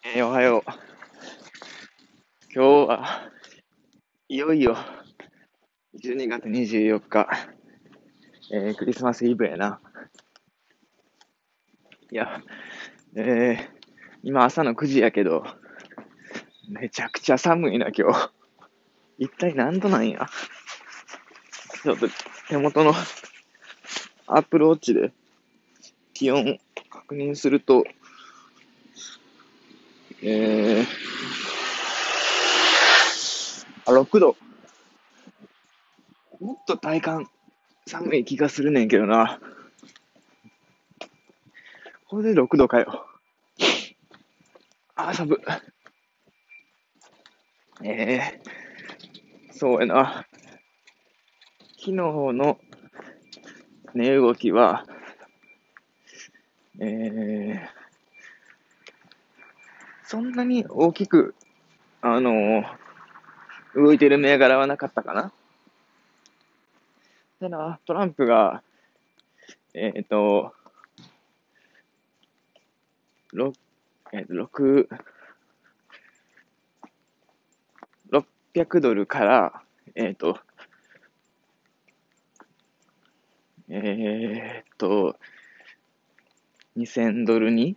おはよう。今日はいよいよ12月24日、クリスマスイブやな。いや、今朝の9時やけど、めちゃくちゃ寒いな、今日。一体何度なんや。ちょっと手元のアップルウォッチで気温を確認すると、6度。もっと体感寒い気がするねんけどな。これで6度かよ。寒そうやな。昨日の値動きは、そんなに大きく、動いてる銘柄はなかったかな。ただ、トランプが、えっ、と、6、600ドルから、2000ドルに、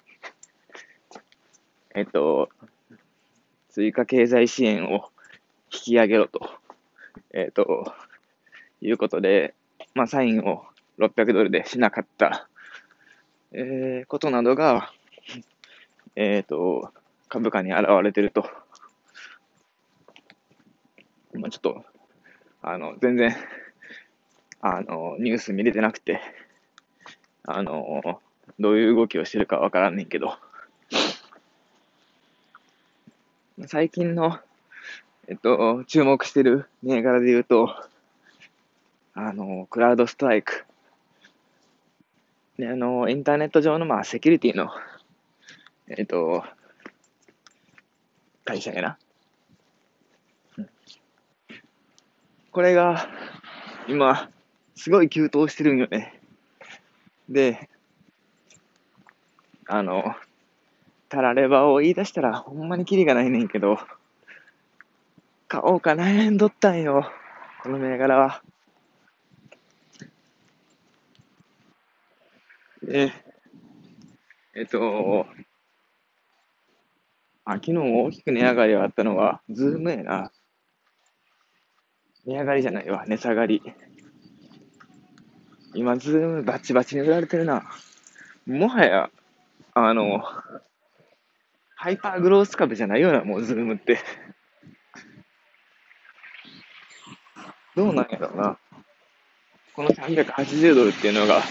追加経済支援を引き上げろと、いうことで、サインを600ドルでしなかった、ことなどが、株価に現れてると。ちょっと、全然、ニュース見れてなくて、どういう動きをしてるかわからんねんけど、最近の、注目してる銘柄で言うと、クラウドストライク。で、インターネット上の、セキュリティの、会社やな。これが、今、すごい急騰してるんよね。で、たらればを言い出したら、ほんまにキリがないねんけど、買おうか悩んどったんよ。この銘柄は。で、昨日大きく値上がりがあったのは、ズームやな。値上がりじゃないわ、値下がり。今、ズームバチバチに売られてるな。もはや、ハイパーグロース株じゃないよな、もうズームって。どうなんやろうな。この380ドルっていうのが、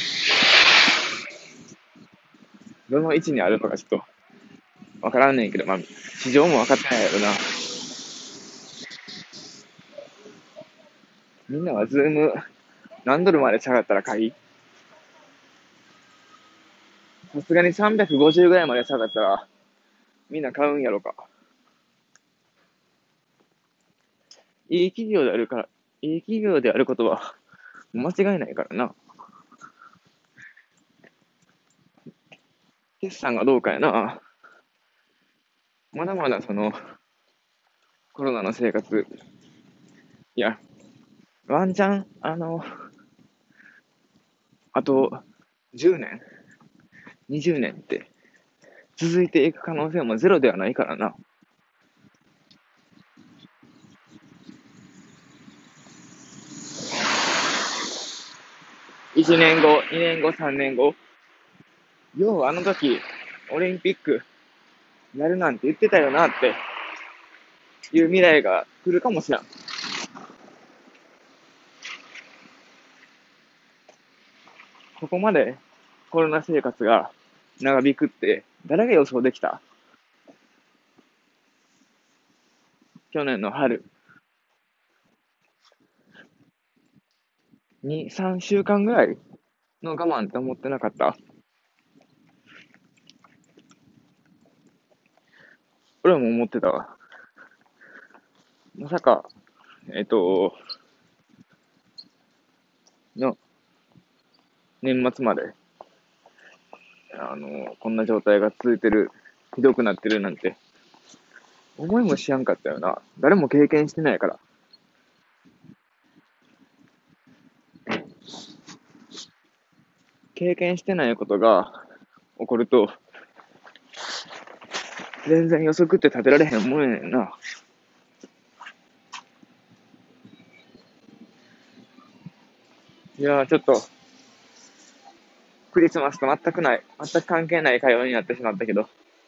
どの位置にあるのかちょっと、わからんねんけど、市場もわかってないやろな。みんなはズーム、何ドルまで下がったら買い？さすがに350ぐらいまで下がったら、みんな買うんやろか。いい企業であるから、いい企業であることは間違いないからな。決算がどうかやな。まだまだコロナの生活、いや、ワンチャン、あと10年、20年って続いていく可能性もゼロではないからな。1年後、2年後、3年後。ようあの時、オリンピックやるなんて言ってたよなっていう未来が来るかもしれん。ここまでコロナ生活が長引くって誰が予想できた？去年の春に3週間ぐらいの我慢って思ってなかった？俺も思ってたわ。まさか、の年末まで、こんな状態が続いてるひどくなってるなんて、思いもしやんかったよな。誰も経験してないから。経験してないことが起こると、全然予測って立てられへんもんやねんな。いやー、ちょっと、クリスマスと全く関係ない会話になってしまったけど、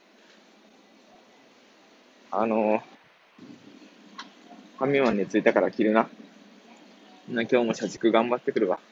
あのー、ファミマに着いたから切るな。今日も社畜頑張ってくるわ。